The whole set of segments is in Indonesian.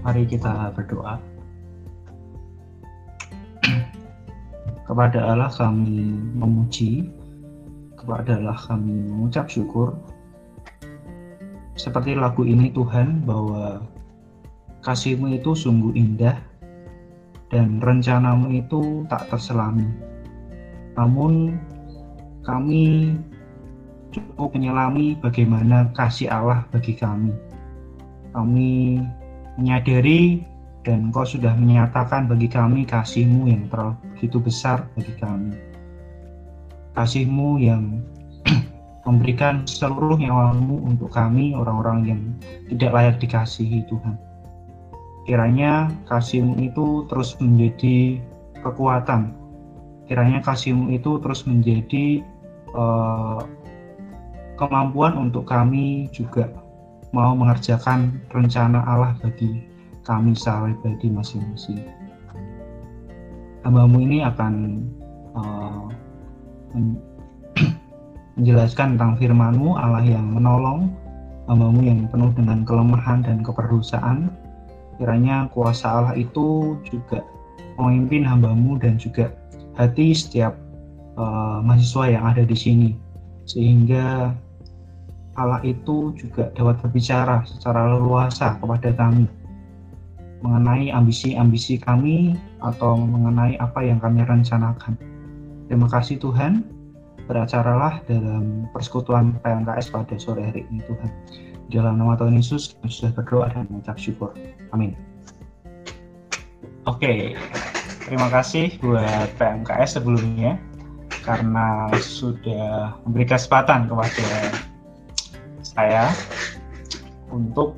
Mari kita berdoa. Kepada Allah kami memuji, kepada Allah kami mengucap syukur. Seperti lagu ini Tuhan, bahwa kasih-Mu itu sungguh indah dan rencana-Mu itu tak terselami. Namun kami cukup menyelami bagaimana kasih Allah bagi kami. Kami menyadari dan Engkau sudah menyatakan bagi kami kasih-Mu yang begitu besar bagi kami. Kasih-Mu yang memberikan seluruh nyawa-Mu untuk kami, orang-orang yang tidak layak dikasihi Tuhan. Kiranya kasih-Mu itu terus menjadi kekuatan. Kiranya kasih-Mu itu terus menjadi kemampuan untuk kami juga mau mengerjakan rencana Allah bagi kami secara pribadi masing-masing. Hamba-Mu ini akan menjelaskan tentang firman-Mu, Allah yang menolong, hamba-Mu yang penuh dengan kelemahan dan keperdosaan. Kiranya kuasa Allah itu juga memimpin hamba-Mu dan juga hati setiap mahasiswa yang ada di sini, sehingga Allah itu juga dapat berbicara secara leluasa kepada kami mengenai ambisi-ambisi kami atau mengenai apa yang kami rencanakan. Terima kasih Tuhan, beracaralah dalam persekutuan PMKS pada sore hari ini Tuhan. Dalam nama Tuhan Yesus kami sudah berdoa dan mengucap syukur. Amin. Oke, terima kasih buat PMKS sebelumnya karena sudah memberi kesempatan kepada saya untuk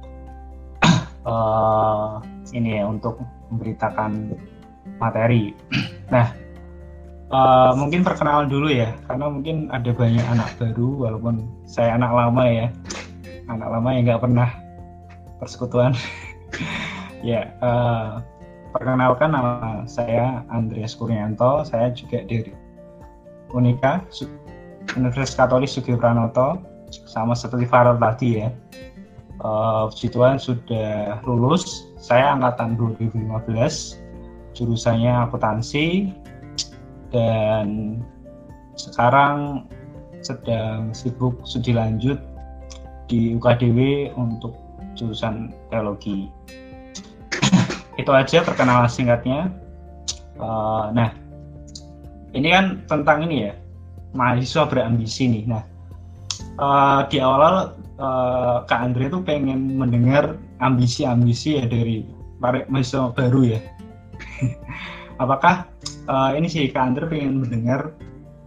untuk memberitakan materi. Nah, mungkin perkenalan dulu ya, karena mungkin ada banyak anak baru, walaupun saya anak lama ya, anak lama yang nggak pernah persekutuan. Ya, perkenalkan, nama saya Andreas Kurnianto, saya juga dari Unika, Universitas Katolik Sugih Pranoto, sama seperti Farel tadi ya. Puji Tuhan sudah lulus, saya angkatan 2015, jurusannya akuntansi, dan sekarang sedang sibuk studi lanjut di UKDW untuk jurusan teologi. Itu aja perkenalan singkatnya. Nah, ini kan tentang ini ya, mahasiswa berambisi nih. Nah, di awal Kak Andre tuh pengen mendengar ambisi-ambisi ya dari mahasiswa baru ya. Apakah ini sih Kak Andre pengen mendengar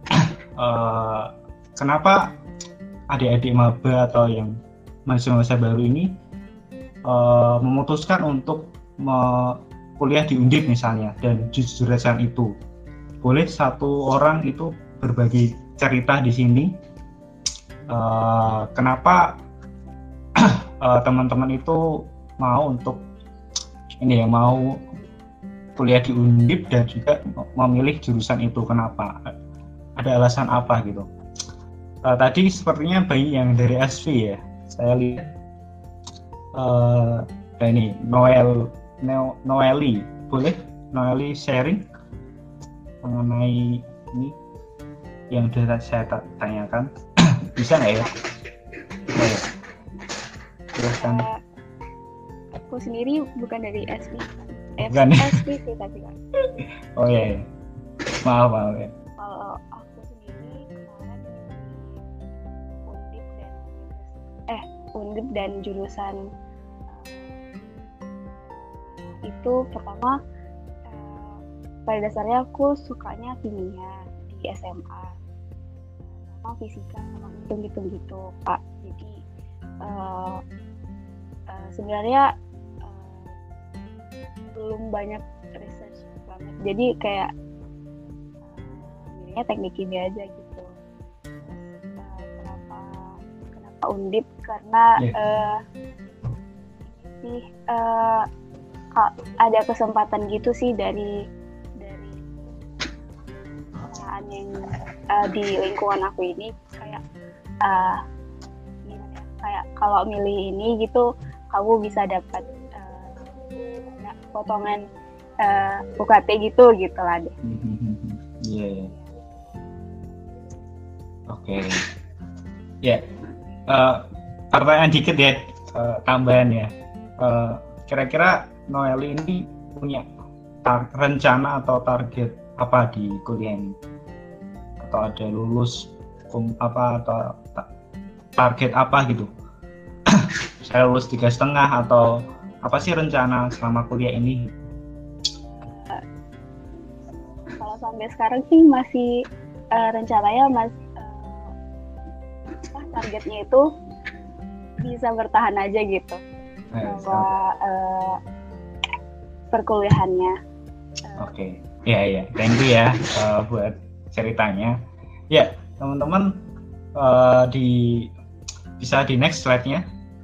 kenapa adik-adik maba atau yang mahasiswa baru ini memutuskan untuk kuliah di Undip misalnya, dan jurusan itu. Boleh satu orang itu berbagi cerita di sini. Kenapa teman-teman itu mau untuk ini ya, mau kuliah di Undip dan juga memilih jurusan itu, kenapa? Ada alasan apa gitu? Tadi sepertinya banyak yang dari SV ya, saya lihat. Ini Noeli, boleh Noeli sharing mengenai ini yang sudah saya tanyakan? Bisa nggak ya? Teruskan. Aku sendiri bukan dari SV. Bukan. SV sih tapi kan. Oh iya. Maaf ya. Kalau aku sendiri kemarin Undip dan jurusan itu pertama pada dasarnya aku sukanya kimia di SMA, sama fisika sama hitung gitu Kak. Jadi sebenarnya belum banyak research banget, jadi kayak milihnya teknik kimia aja gitu. Kenapa Undip, karena ada kesempatan gitu sih dari perusahaan yang di lingkungan aku ini, kayak kayak kalau milih ini gitu kamu bisa dapat potongan UKT gitu lah deh. Iya. Oke. Ya. Pertanyaan dikit ya, tambahan ya. Kira-kira Noeli ini punya rencana atau target apa di kuliah ini? Atau ada lulus apa atau target apa gitu? Saya lulus 3,5 atau apa sih rencana selama kuliah ini? Kalau sampai sekarang sih masih rencananya targetnya itu bisa bertahan aja gitu bahwa perkuliahannya. Oke. Ya, thank you ya buat ceritanya. Ya, teman-teman bisa di next slide-nya.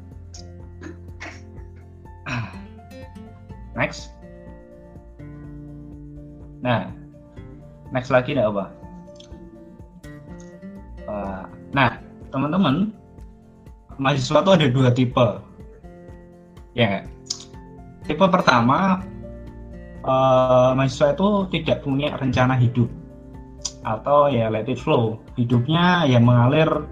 Next. Nah, next lagi enggak apa? Nah, teman-teman, mahasiswa itu ada 2 tipe. Ya, tipe pertama, mahasiswa itu tidak punya rencana hidup atau ya let it flow, hidupnya ya mengalir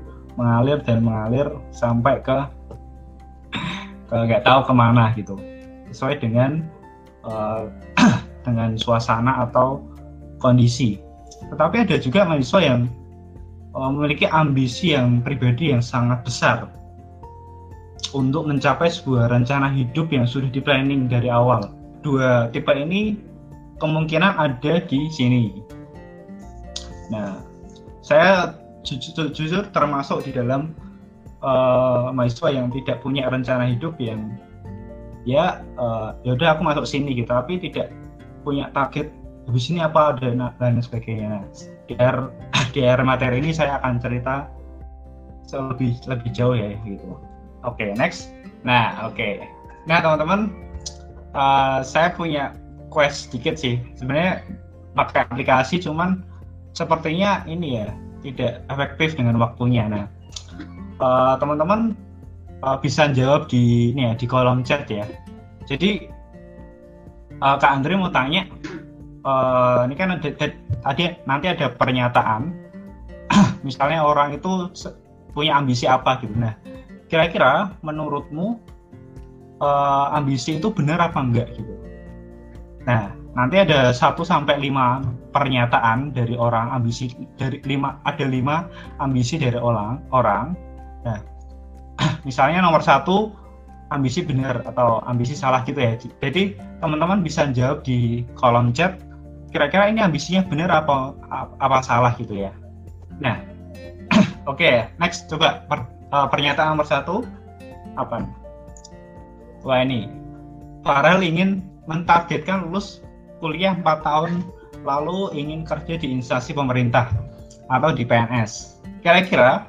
sampai ke nggak tahu kemana gitu, sesuai dengan dengan suasana atau kondisi. Tetapi ada juga mahasiswa yang memiliki ambisi yang pribadi yang sangat besar untuk mencapai sebuah rencana hidup yang sudah di-planning dari awal. 2 tipe ini kemungkinan ada di sini. Nah, saya jujur termasuk di dalam mahasiswa yang tidak punya rencana hidup yang ya udah aku masuk sini gitu, tapi tidak punya target habis ini apa dan sebagainya. Nah, di akhir materi ini saya akan cerita lebih jauh ya gitu. Oke, next. Nah, teman-teman, saya punya quest sedikit sih. Sebenarnya pakai aplikasi, cuman sepertinya ini ya tidak efektif dengan waktunya. Nah, teman-teman bisa jawab di kolom chat ya. Jadi Kak Andre mau tanya, ini kan nanti ada pernyataan, misalnya orang itu punya ambisi apa gitu. Nah, kira-kira menurutmu ambisi itu benar apa enggak gitu? Nah, nanti ada 1-5 pernyataan dari orang ambisi, ada 5 ambisi dari orang. Nah, misalnya nomor 1 ambisi benar atau ambisi salah gitu ya. Jadi teman-teman bisa jawab di kolom chat, kira-kira ini ambisinya benar apa salah gitu ya. Nah, oke, next coba pernyataan nomor 1 apa? Wah, ini Farel ingin mentargetkan lulus kuliah 4 tahun lalu ingin kerja di instansi pemerintah atau di PNS. Kira-kira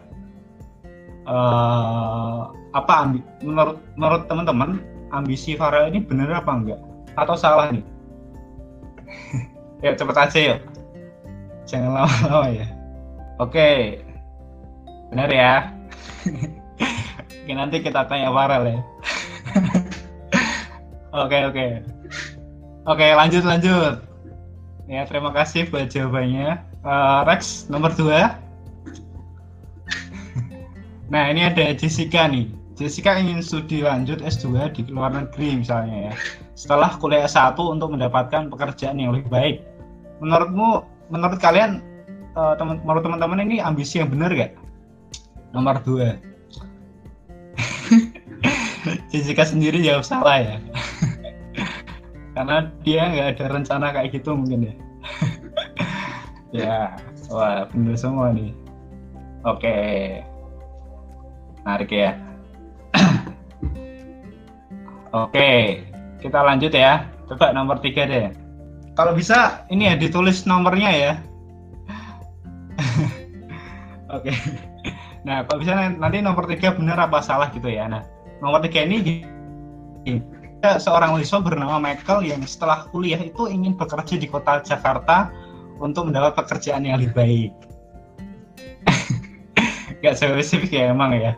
menurut teman-teman ambisi Farel ini benar apa enggak? Atau salah nih? Ya cepet aja yuk, jangan lama-lama ya. Oke, benar ya. Nanti kita tanya Farel ya. Oke, lanjut. Ya, terima kasih buat jawabannya. Rex nomor 2. Nah, ini ada Jessica nih. Jessica ingin studi lanjut S2 di luar negeri misalnya ya. Setelah kuliah S1 untuk mendapatkan pekerjaan yang lebih baik. Menurut kalian, menurut teman-teman ini ambisi yang benar gak? Nomor 2. Jessica sendiri jawab salah ya. Karena dia nggak ada rencana kayak gitu mungkin ya. Ya, wah bener semua nih. Oke, menarik ya. Oke, kita lanjut ya. Coba nomor 3 deh. Kalau bisa ini ya ditulis nomornya ya. Oke. Nah, kalau bisa nanti nomor 3 benar apa salah gitu ya. Nah, nomor 3 ini seorang mahasiswa bernama Michael yang setelah kuliah itu ingin bekerja di kota Jakarta untuk mendapat pekerjaan yang lebih baik. Gak spesifik ya emang ya.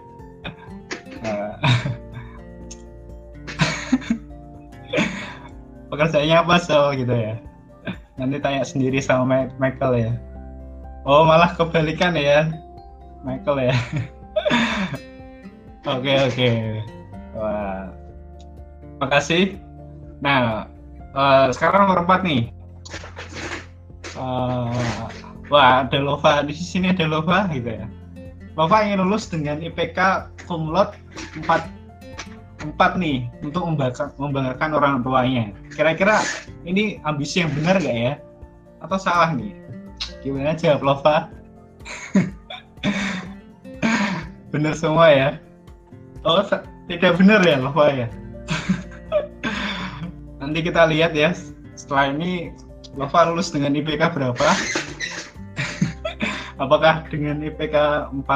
pekerjaannya apa so gitu ya. Nanti tanya sendiri sama Michael ya. Oh malah kebalikan ya Michael ya. Oke. Wah, makasih. Nah, sekarang nomor 4 nih. Wah, ada Lova di sini, ada Lova gitu ya. Lova ingin lulus dengan IPK cum laude 4 nih untuk membanggakan orang tuanya. Kira-kira ini ambisi yang benar gak ya? Atau salah nih? Gimana jawab Lova? Benar semua ya? Oh, tidak benar ya Lova ya? Nanti kita lihat ya. Setelah ini Lova lulus dengan IPK berapa? Apakah dengan IPK 4?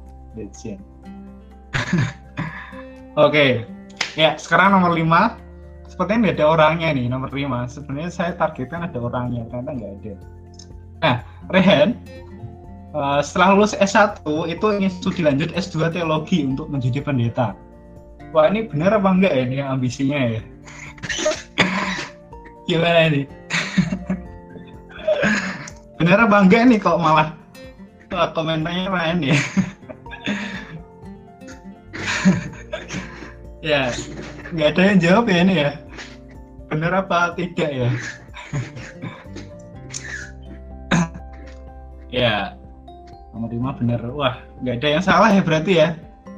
Oke. Ya, sekarang nomor 5. Sepertinya nggak ada orangnya nih, nomor 5. Sebenarnya saya targetkan ada orangnya, ternyata nggak ada. Nah, Rehan, setelah lulus S1 itu ingin studi lanjut S2 teologi untuk menjadi pendeta. Wah, ini benar apa enggak ya ini ambisinya ya? Gimana ini? Benar apa enggak nih kok malah komentarnya lain ya? Ya, nggak ada yang jawab ya ini ya? Benar apa tidak ya? Ya, nomor 5 benar. Wah, nggak ada yang salah ya berarti ya?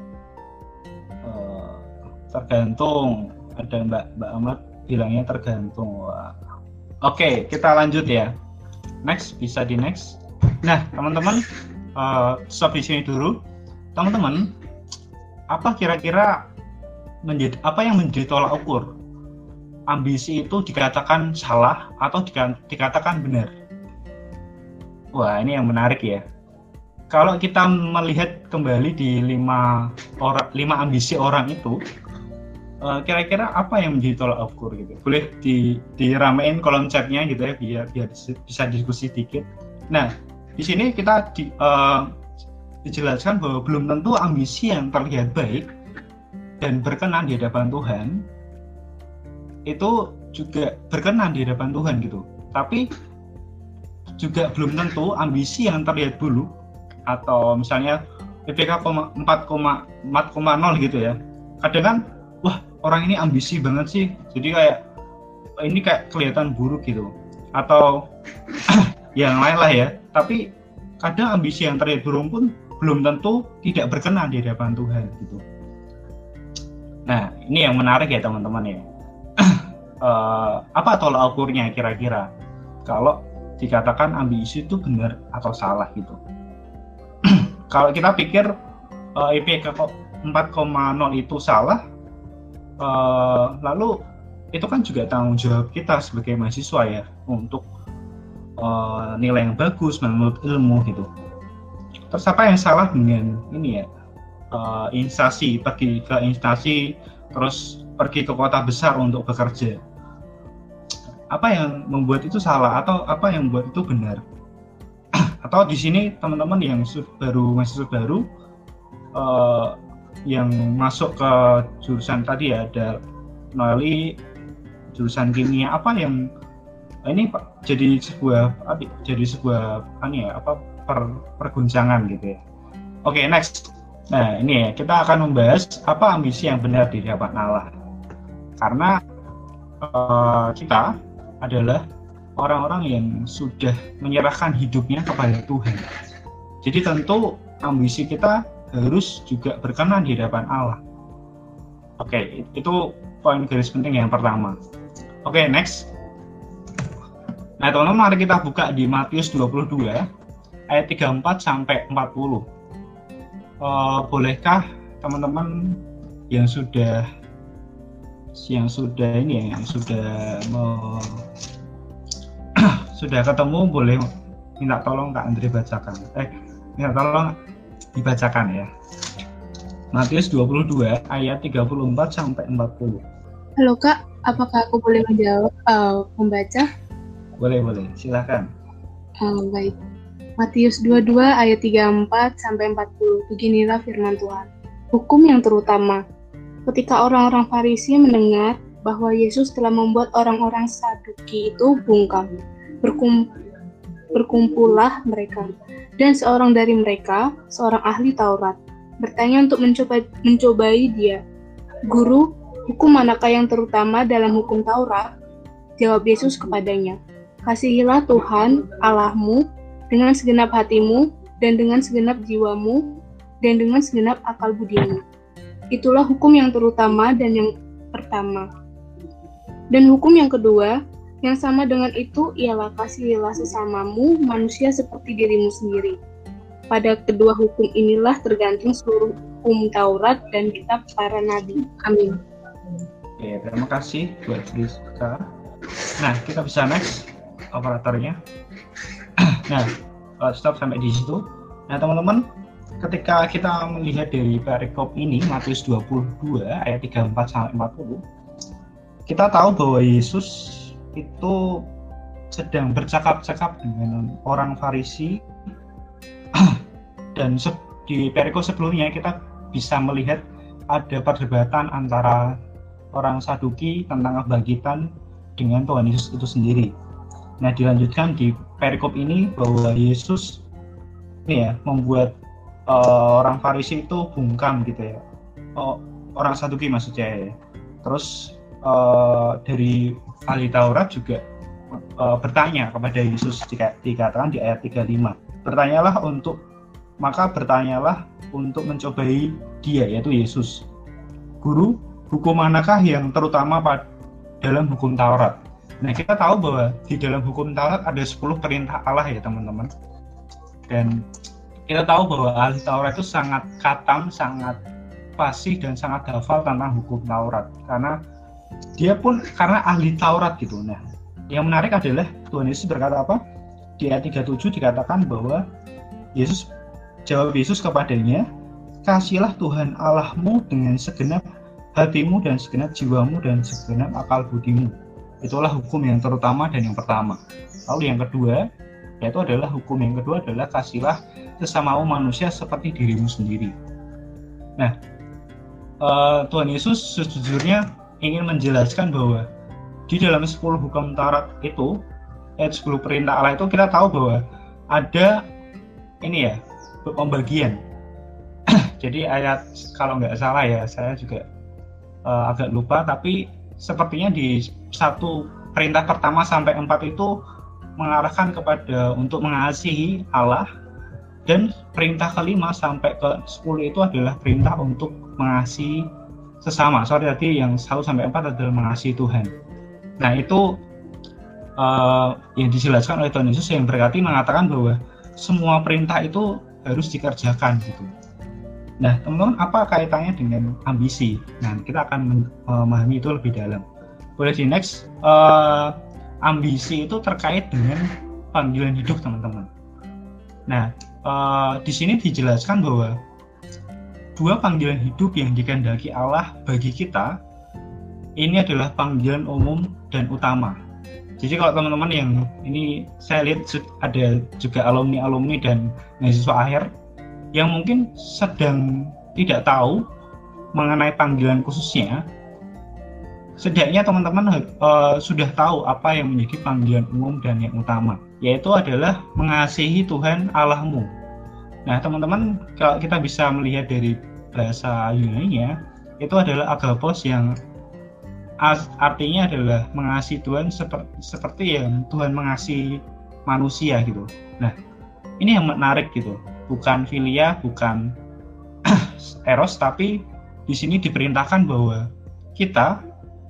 Tergantung. Ada Mbak Ahmad bilangnya tergantung. Wah. Oke, kita lanjut ya. Next, bisa di next. Nah, teman-teman, stop di sini dulu. Teman-teman, apa kira-kira apa yang menjadi tolak ukur ambisi itu dikatakan salah atau dikatakan benar? Wah, ini yang menarik ya. Kalau kita melihat kembali di 5 ambisi orang itu, kira-kira apa yang menjadi tolak ukur gitu? Boleh diramein kolom chatnya gitu ya, biar bisa diskusi dikit. Nah, di sini kita dijelaskan bahwa belum tentu ambisi yang terlihat baik dan berkenan di hadapan Tuhan itu juga berkenan di hadapan Tuhan gitu. Tapi juga belum tentu ambisi yang terlihat buruk atau misalnya IPK 4,0 gitu ya. Kadang kan, wah orang ini ambisi banget sih, jadi kayak kelihatan buruk gitu. Atau yang lain lah ya. Tapi kadang ambisi yang terlihat buruk pun belum tentu tidak berkenan di hadapan Tuhan gitu. Nah, ini yang menarik ya teman-teman ya. Apa tolak ukurnya kira-kira kalau dikatakan ambisi itu benar atau salah gitu? Kalau kita pikir IPK 4,0 itu salah, lalu itu kan juga tanggung jawab kita sebagai mahasiswa ya untuk nilai yang bagus menurut ilmu gitu. Terus apa yang salah dengan ini ya, instansi, pergi ke instansi terus pergi ke kota besar untuk bekerja? Apa yang membuat itu salah atau apa yang membuat itu benar? Atau di sini teman-teman yang mahasiswa baru yang masuk ke jurusan tadi ya, ada Noeli jurusan kimia, apa yang ini jadi sebuah perguncangan gitu ya. Oke, next. Nah, ini ya, kita akan membahas apa ambisi yang benar di hadapan Allah. Karena kita adalah orang-orang yang sudah menyerahkan hidupnya kepada Tuhan. Jadi tentu ambisi kita harus juga berkenan di hadapan Allah. Oke, itu poin garis penting yang pertama. Oke, next. Nah, teman-teman, mari kita buka di Matius 22 ayat 34 sampai 40. Bolehkah teman-teman yang sudah sudah ketemu boleh minta tolong Kak Andre bacakan. Minta tolong dibacakan ya. Matius 22 ayat 34 sampai 40. Halo Kak, apakah aku boleh menjawab membaca? Boleh, silakan. Baik. Matius 22 ayat 34 sampai 40. Beginilah firman Tuhan. Hukum yang terutama. Ketika orang-orang Farisi mendengar bahwa Yesus telah membuat orang-orang Saduki itu bungkam. Berkumpullah mereka, dan seorang dari mereka, seorang ahli Taurat, bertanya untuk mencobai dia. Guru, hukum manakah yang terutama dalam hukum Taurat? Jawab Yesus kepadanya, kasihilah Tuhan Allahmu dengan segenap hatimu, dan dengan segenap jiwamu, dan dengan segenap akal budimu. Itulah hukum yang terutama dan yang pertama. Dan hukum yang kedua, yang sama dengan itu ialah kasihilah sesamamu manusia seperti dirimu sendiri. Pada kedua hukum inilah tergantung seluruh hukum Taurat dan kitab para nabi. Amin. Oke, terima kasih buat Rizka. Nah, kita bisa next operatornya. Nah, stop sampai di situ. Nah, teman-teman, ketika kita melihat dari perikop ini, Matius 22 ayat 34 sampai 40, kita tahu bahwa Yesus itu sedang bercakap-cakap dengan orang Farisi. Dan di perikop sebelumnya kita bisa melihat ada perdebatan antara orang Saduki tentang kebangkitan dengan Tuhan Yesus itu sendiri. Nah, dilanjutkan di perikop ini bahwa Yesus membuat orang Farisi itu bungkam gitu ya. Orang Saduki maksudnya ya. Terus dari ahli Taurat juga bertanya kepada Yesus, dikatakan di ayat 35. Bertanyalah untuk mencobai dia, yaitu Yesus. Guru, hukum manakah yang terutama dalam hukum Taurat? Nah, kita tahu bahwa di dalam hukum Taurat ada 10 perintah Allah ya teman-teman. Dan kita tahu bahwa ahli Taurat itu sangat katam, sangat fasih dan sangat hafal tentang hukum Taurat. Karena ahli Taurat gitu. Nah, yang menarik adalah Tuhan Yesus berkata apa? Di ayat 37 dikatakan bahwa jawab Yesus kepadanya, kasihilah Tuhan Allahmu dengan segenap hatimu dan segenap jiwamu dan segenap akal budimu. Itulah hukum yang terutama dan yang pertama. Lalu yang kedua, hukum yang kedua adalah kasihilah sesamamu manusia seperti dirimu sendiri. Nah, Tuhan Yesus sejujurnya ingin menjelaskan bahwa di dalam 10 hukum Taurat itu, 10 perintah Allah itu kita tahu bahwa ada pembagian. Jadi ayat, kalau nggak salah ya, saya juga agak lupa, tapi sepertinya di satu perintah pertama sampai 4 itu mengarahkan kepada untuk mengasihi Allah, dan perintah kelima sampai ke 10 itu adalah perintah untuk mengasihi sesama. Tadi yang 1 sampai 4 adalah mengasihi Tuhan. Nah, itu yang dijelaskan oleh Tuhan Yesus yang berkati mengatakan bahwa semua perintah itu harus dikerjakan gitu. Nah, teman-teman, apa kaitannya dengan ambisi? Nah, kita akan memahami itu lebih dalam. Boleh di next. Ambisi itu terkait dengan panggilan hidup, teman-teman. Nah, di sini dijelaskan bahwa 2 panggilan hidup yang dikehendaki Allah bagi kita ini adalah panggilan umum dan utama. Jadi kalau teman-teman yang ini, saya lihat ada juga alumni dan mahasiswa akhir yang mungkin sedang tidak tahu mengenai panggilan khususnya. Setidaknya teman-teman sudah tahu apa yang menjadi panggilan umum dan yang utama, yaitu adalah mengasihi Tuhan Allahmu. Nah, teman-teman, kalau kita bisa melihat dari bahasa Yunani-nya, itu adalah agapos, yang artinya adalah mengasihi Tuhan seperti yang Tuhan mengasihi manusia gitu. Nah, ini yang menarik gitu. Bukan filia, bukan eros, tapi di sini diperintahkan bahwa kita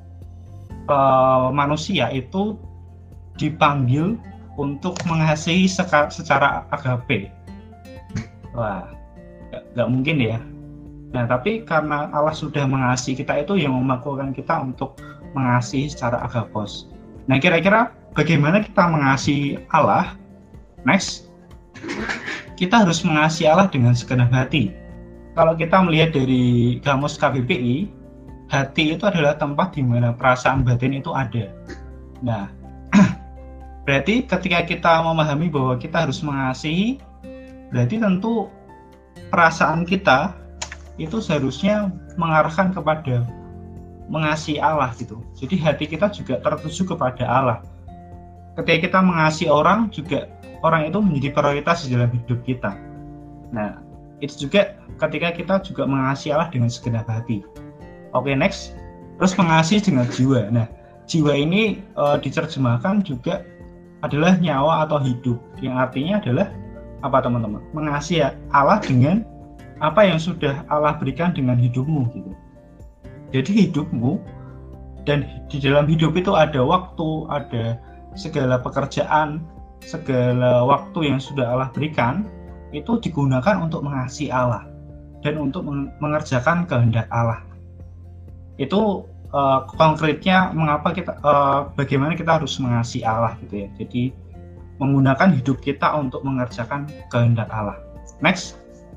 manusia itu dipanggil untuk mengasihi secara agape. Wah, nggak mungkin ya. Nah, tapi karena Allah sudah mengasihi kita, itu yang memakukan kita untuk mengasihi secara agapos. Nah, kira-kira bagaimana kita mengasihi Allah? Next, kita harus mengasihi Allah dengan segenap hati. Kalau kita melihat dari kamus KBBI, hati itu adalah tempat di mana perasaan batin itu ada. Nah, berarti ketika kita memahami bahwa kita harus mengasihi, berarti tentu perasaan kita itu seharusnya mengarahkan kepada mengasihi Allah gitu. Jadi hati kita juga tertuju kepada Allah. Ketika kita mengasihi orang, juga orang itu menjadi prioritas di dalam hidup kita. Nah, itu juga ketika kita juga mengasihi Allah dengan segenap hati. Oke, next. Terus mengasihi dengan jiwa. Nah, jiwa ini diterjemahkan juga adalah nyawa atau hidup, yang artinya adalah apa teman-teman? Mengasihi Allah dengan apa yang sudah Allah berikan dengan hidupmu gitu. Jadi hidupmu, dan di dalam hidup itu ada waktu, ada segala pekerjaan, segala waktu yang sudah Allah berikan itu digunakan untuk mengasihi Allah dan untuk mengerjakan kehendak Allah. Itu konkretnya mengapa kita bagaimana kita harus mengasihi Allah gitu ya. Jadi menggunakan hidup kita untuk mengerjakan kehendak Allah. Next.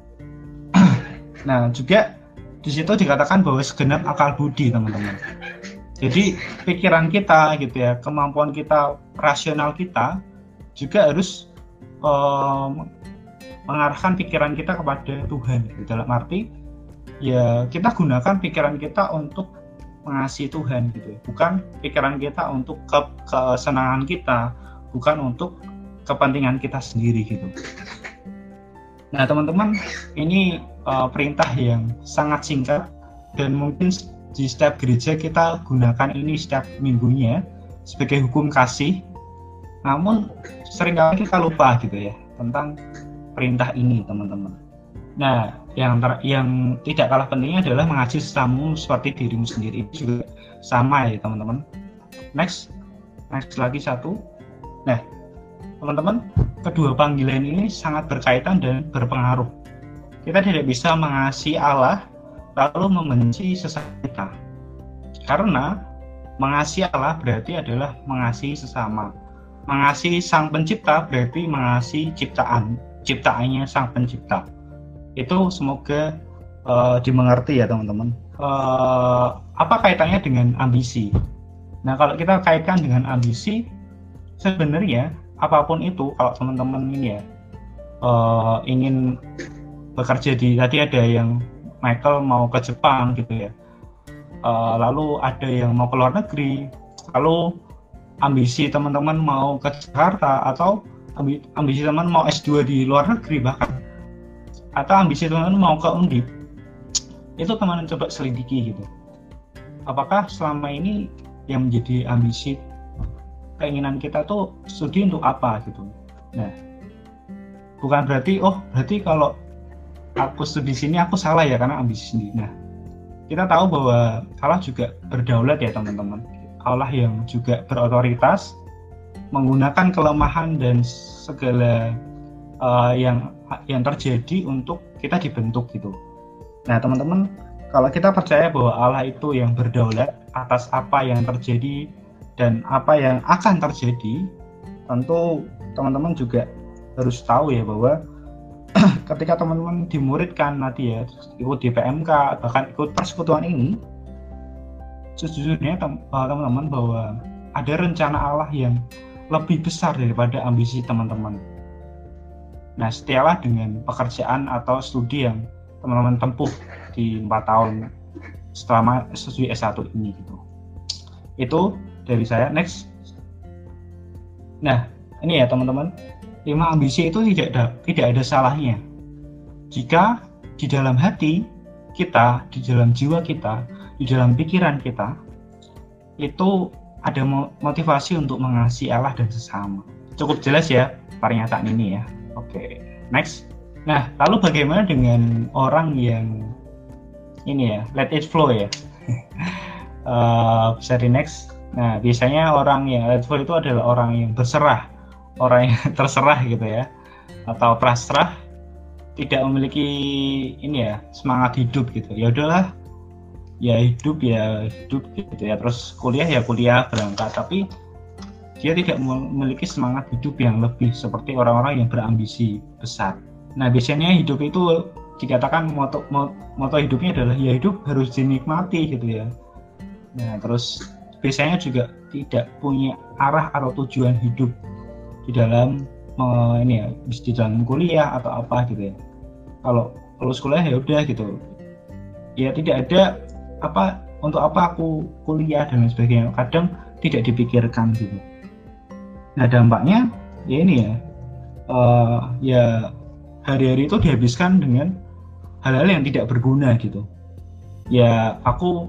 Nah, juga di situ dikatakan bahwa segenap akal budi, teman-teman. Jadi pikiran kita gitu ya, kemampuan kita, rasional kita juga harus mengarahkan pikiran kita kepada Tuhan. Dalam arti ya kita gunakan pikiran kita untuk mengasihi Tuhan gitu ya. Bukan pikiran kita untuk kesenangan kita, bukan untuk kepentingan kita sendiri gitu. Nah teman-teman, ini perintah yang sangat singkat dan mungkin di setiap gereja kita gunakan ini setiap minggunya sebagai hukum kasih. Namun seringkali kita lupa gitu ya tentang perintah ini teman-teman. Nah, yang tidak kalah pentingnya adalah mengasihi sesamamu seperti dirimu sendiri. Itu juga sama ya teman-teman. Next lagi satu. Nah, teman-teman, kedua panggilan ini sangat berkaitan dan berpengaruh. Kita tidak bisa mengasihi Allah lalu membenci sesama kita. Karena mengasihi Allah berarti adalah mengasihi sesama. Mengasihi Sang Pencipta berarti mengasihi ciptaannya Sang Pencipta. Itu semoga dimengerti ya teman-teman. Apa kaitannya dengan ambisi? Nah kalau kita kaitkan dengan ambisi, sebenarnya apapun itu, kalau teman-teman ini ya ingin bekerja tadi ada yang Michael mau ke Jepang gitu ya, lalu ada yang mau ke luar negeri, lalu ambisi teman-teman mau ke Jakarta, atau ambisi teman mau S2 di luar negeri bahkan, atau ambisi teman-teman mau ke Undip, itu teman-teman coba selidiki gitu. Apakah selama ini yang menjadi ambisi keinginan kita tuh studi untuk apa gitu. Nah, bukan berarti kalau aku studi sini aku salah ya karena ambisi sendiri. Nah, kita tahu bahwa Allah juga berdaulat ya teman-teman. Allah yang juga berotoritas menggunakan kelemahan dan segala yang terjadi untuk kita dibentuk gitu. Nah teman-teman, kalau kita percaya bahwa Allah itu yang berdaulat atas apa yang terjadi dan apa yang akan terjadi, tentu teman-teman juga harus tahu ya bahwa ketika teman-teman dimuridkan nanti ya, ikut di PMK, bahkan ikut persekutuan ini, sejujurnya teman-teman bahwa ada rencana Allah yang lebih besar daripada ambisi teman-teman. Nah, setialah dengan pekerjaan atau studi yang teman-teman tempuh di 4 tahun setelah studi S1 ini gitu. Itu dari saya. Next. Nah, ini ya teman-teman, 5 ambisi itu tidak ada salahnya jika di dalam hati kita, di dalam jiwa kita, di dalam pikiran kita itu ada motivasi untuk mengasihi Allah dan sesama. Cukup jelas ya pernyataan ini ya. Oke, next. Nah, lalu bagaimana dengan orang yang ini ya, let it flow ya. Bisa di next. Nah, biasanya orang yang let it flow itu adalah orang yang berserah, orang yang terserah gitu ya, atau pasrah, tidak memiliki ini ya, semangat hidup gitu. Ya udahlah, ya hidup gitu ya, terus kuliah berangkat, tapi dia tidak memiliki semangat hidup yang lebih seperti orang-orang yang berambisi besar. Nah biasanya hidup itu dikatakan moto hidupnya adalah ya hidup harus dinikmati gitu ya. Nah terus biasanya juga tidak punya arah atau tujuan hidup di dalam di dalam kuliah atau apa gitu ya. Kalau lulus kuliah ya udah gitu, ya tidak ada untuk apa aku kuliah dan lain sebagainya, kadang tidak dipikirkan gitu. Nah dampaknya ya ini ya, ya hari-hari itu dihabiskan dengan hal-hal yang tidak berguna gitu. Ya aku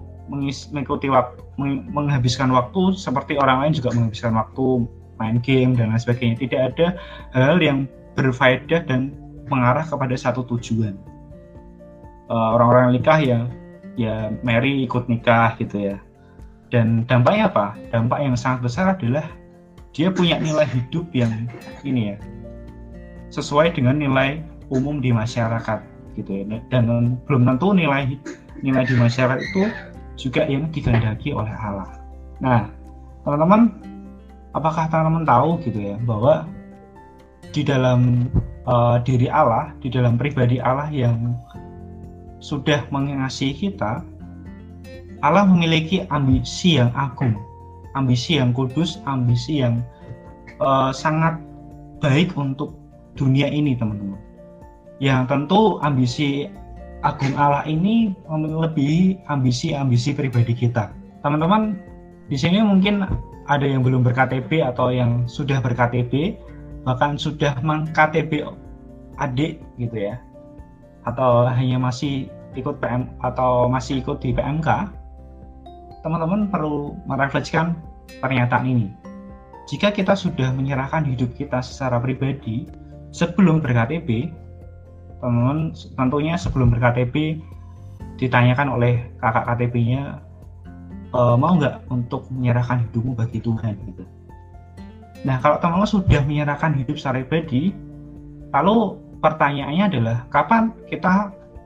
menghabiskan waktu seperti orang lain juga menghabiskan waktu main game dan lain sebagainya. Tidak ada hal-hal yang berfaedah dan mengarah kepada satu tujuan. Orang-orang nikah ya marry ikut nikah gitu ya. Dan dampaknya apa? Dampak yang sangat besar adalah dia punya nilai hidup yang ini ya, sesuai dengan nilai umum di masyarakat gitu ya. Dan belum tentu nilai di masyarakat itu juga yang dikehendaki oleh Allah. Nah, teman-teman, apakah teman-teman tahu gitu ya bahwa di dalam diri Allah, di dalam pribadi Allah yang sudah mengasihi kita, Allah memiliki ambisi yang agung, ambisi yang kudus, ambisi yang sangat baik untuk dunia ini, teman-teman. Yang tentu ambisi agung Allah ini melebihi ambisi-ambisi pribadi kita. Teman-teman, di sini mungkin ada yang belum ber-KTP atau yang sudah ber-KTP, bahkan sudah meng-KTP adik gitu ya, atau hanya masih ikut PM atau masih ikut di PMK. Teman-teman perlu merefleksikan pernyataan ini. Jika kita sudah menyerahkan hidup kita secara pribadi sebelum ber-KTP, teman-teman tentunya sebelum ber-KTP ditanyakan oleh kakak KTP-nya, mau nggak untuk menyerahkan hidupmu bagi Tuhan gitu. Nah, kalau teman-teman sudah menyerahkan hidup secara pribadi, lalu pertanyaannya adalah kapan kita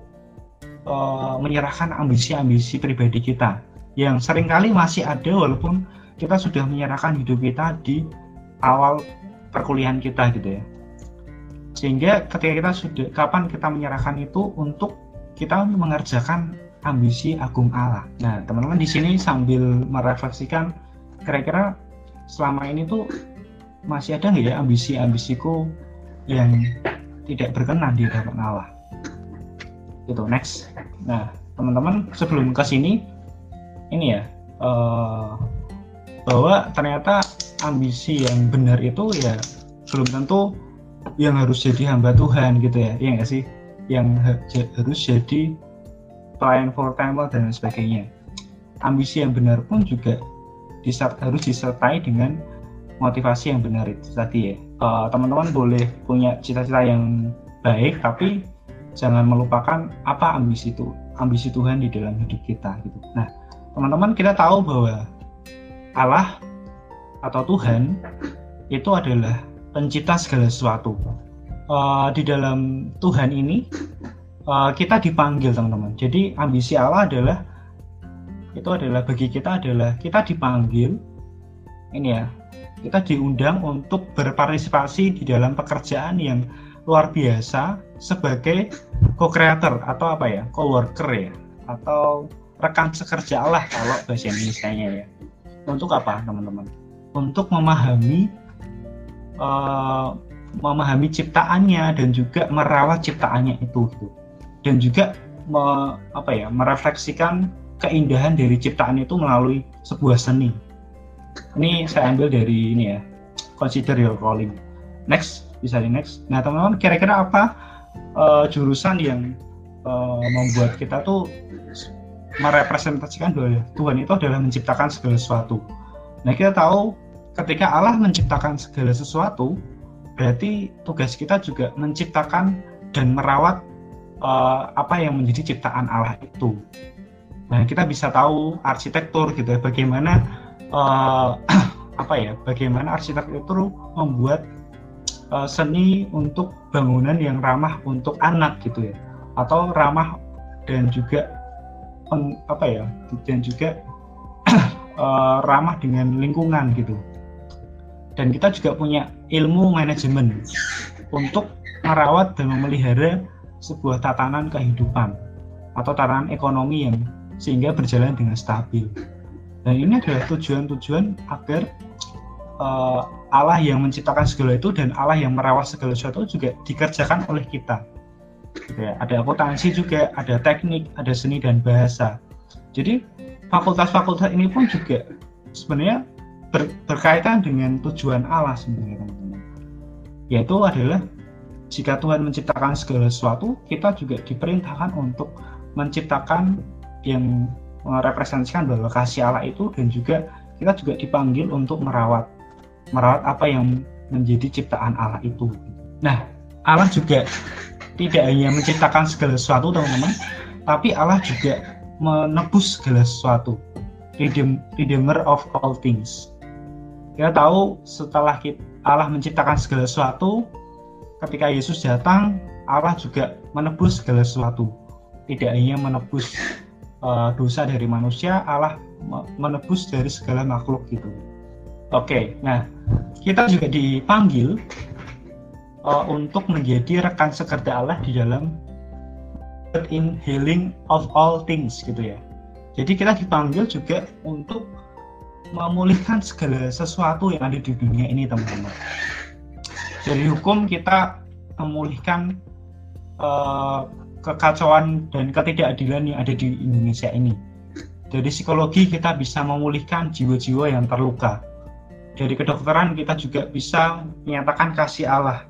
menyerahkan ambisi-ambisi pribadi kita yang seringkali masih ada walaupun kita sudah menyerahkan hidup kita di awal perkuliahan kita gitu ya. Sehingga ketika kita sudah, kapan kita menyerahkan itu untuk kita mengerjakan ambisi agung Allah. Nah, teman-teman di sini sambil merefleksikan kira-kira selama ini tuh masih ada nggak ya ambisi-ambisiku yang tidak berkenan di hadapan Allah. Gitu, next. Nah, teman-teman sebelum ke sini ini ya, bahwa ternyata ambisi yang benar itu ya belum tentu yang harus jadi hamba Tuhan gitu ya, iya nggak sih? Yang harus jadi pelayan full time dan sebagainya. Ambisi yang benar pun juga harus disertai dengan motivasi yang benar itu tadi ya. Teman-teman boleh punya cita-cita yang baik, tapi jangan melupakan apa ambisi Tuhan di dalam hidup kita gitu. Nah, teman-teman, kita tahu bahwa Allah atau Tuhan itu adalah pencipta segala sesuatu. Di dalam Tuhan ini kita dipanggil, teman-teman. Jadi ambisi Allah adalah bagi kita adalah kita dipanggil ini ya, kita diundang untuk berpartisipasi di dalam pekerjaan yang luar biasa sebagai co-creator atau apa ya, co-worker ya, atau rekan sekerja Allah kalau bahasa Indonesianya ya. Untuk apa, teman-teman? Untuk memahami ciptaannya dan juga merawat ciptaannya itu gitu. Dan juga merefleksikan keindahan dari ciptaan itu melalui sebuah seni. Ini saya ambil dari ini ya, Consider Your Calling. Next, bisa di next. Nah, teman-teman, kira-kira apa jurusan yang membuat kita tuh merepresentasikan bahwa Tuhan itu adalah menciptakan segala sesuatu. Nah, kita tahu ketika Allah menciptakan segala sesuatu, berarti tugas kita juga menciptakan dan merawat apa yang menjadi ciptaan Allah itu. Nah, kita bisa tahu arsitektur gitu ya, bagaimana bagaimana arsitektur membuat seni untuk bangunan yang ramah untuk anak gitu ya, atau ramah dan juga ramah dengan lingkungan gitu. Dan kita juga punya ilmu manajemen untuk merawat dan memelihara sebuah tatanan kehidupan atau tatanan ekonomi yang sehingga berjalan dengan stabil. Dan ini adalah tujuan-tujuan agar Allah yang menciptakan segala itu dan Allah yang merawat segala sesuatu juga dikerjakan oleh kita. Gitu ya. Ada akuntansi juga, ada teknik, ada seni dan bahasa. Jadi fakultas-fakultas ini pun juga sebenarnya berkaitan dengan tujuan Allah sebenarnya teman-teman, yaitu adalah jika Tuhan menciptakan segala sesuatu, kita juga diperintahkan untuk menciptakan yang merepresentasikan bahwa kasih Allah itu, dan juga kita juga dipanggil untuk merawat apa yang menjadi ciptaan Allah itu. Nah, Allah juga tidak hanya menciptakan segala sesuatu teman-teman, tapi Allah juga menebus segala sesuatu, Redeemer of all things. Kita tahu setelah Allah menciptakan segala sesuatu, ketika Yesus datang, Allah juga menebus segala sesuatu. Tidak hanya menebus dosa dari manusia, Allah menebus dari segala makhluk gitu. Oke, nah kita juga dipanggil untuk menjadi rekan sekerja Allah di dalam in healing of all things gitu ya. Jadi kita dipanggil juga untuk memulihkan segala sesuatu yang ada di dunia ini teman-teman. Dari hukum kita memulihkan kekacauan dan ketidakadilan yang ada di Indonesia ini. Dari psikologi kita bisa memulihkan jiwa-jiwa yang terluka. Dari kedokteran kita juga bisa menyatakan kasih Allah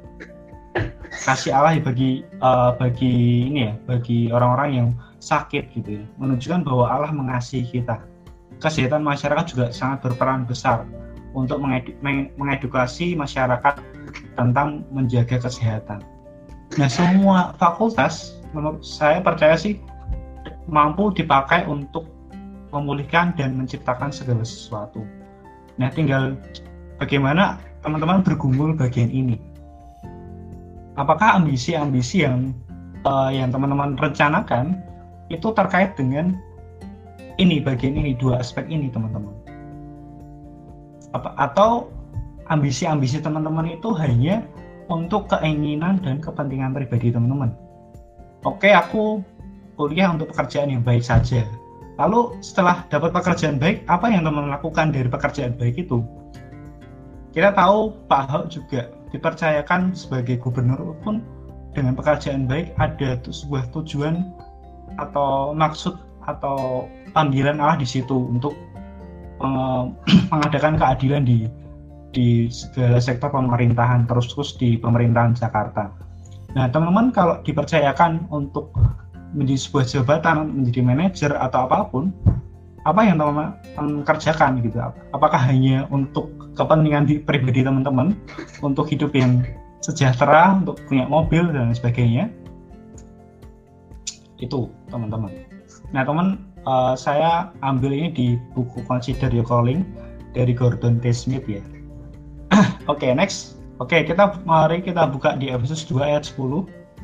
bagi orang-orang yang sakit gitu ya, menunjukkan bahwa Allah mengasihi kita. Kesehatan masyarakat juga sangat berperan besar untuk mengedukasi masyarakat tentang menjaga kesehatan. Nah, semua fakultas menurut saya percaya sih mampu dipakai untuk memulihkan dan menciptakan segala sesuatu. Nah, tinggal bagaimana teman-teman bergumul bagian ini. Apakah ambisi-ambisi yang teman-teman rencanakan itu terkait dengan bagian ini, dua aspek ini teman-teman? Atau ambisi-ambisi teman-teman itu hanya untuk keinginan dan kepentingan pribadi teman-teman? Oke, aku kuliah untuk pekerjaan yang baik saja. Lalu setelah dapat pekerjaan baik, apa yang teman-teman lakukan dari pekerjaan baik itu? Kita tahu Pak Ahok juga dipercayakan sebagai gubernur pun dengan pekerjaan baik ada sebuah tujuan atau maksud atau panggilan Allah di situ untuk mengadakan keadilan di segala sektor pemerintahan, terus di pemerintahan Jakarta. Nah, teman-teman kalau dipercayakan untuk menjadi sebuah jabatan, menjadi manajer atau apapun, apa yang teman-teman kerjakan gitu? Apakah hanya untuk kepentingan pribadi teman-teman, untuk hidup yang sejahtera, untuk punya mobil dan sebagainya? Itu teman-teman. Nah, saya ambil ini di buku Consider Your Calling dari Gordon T. Smith ya. Oke, next. Oke, mari kita buka di Efesus 2 ayat 10.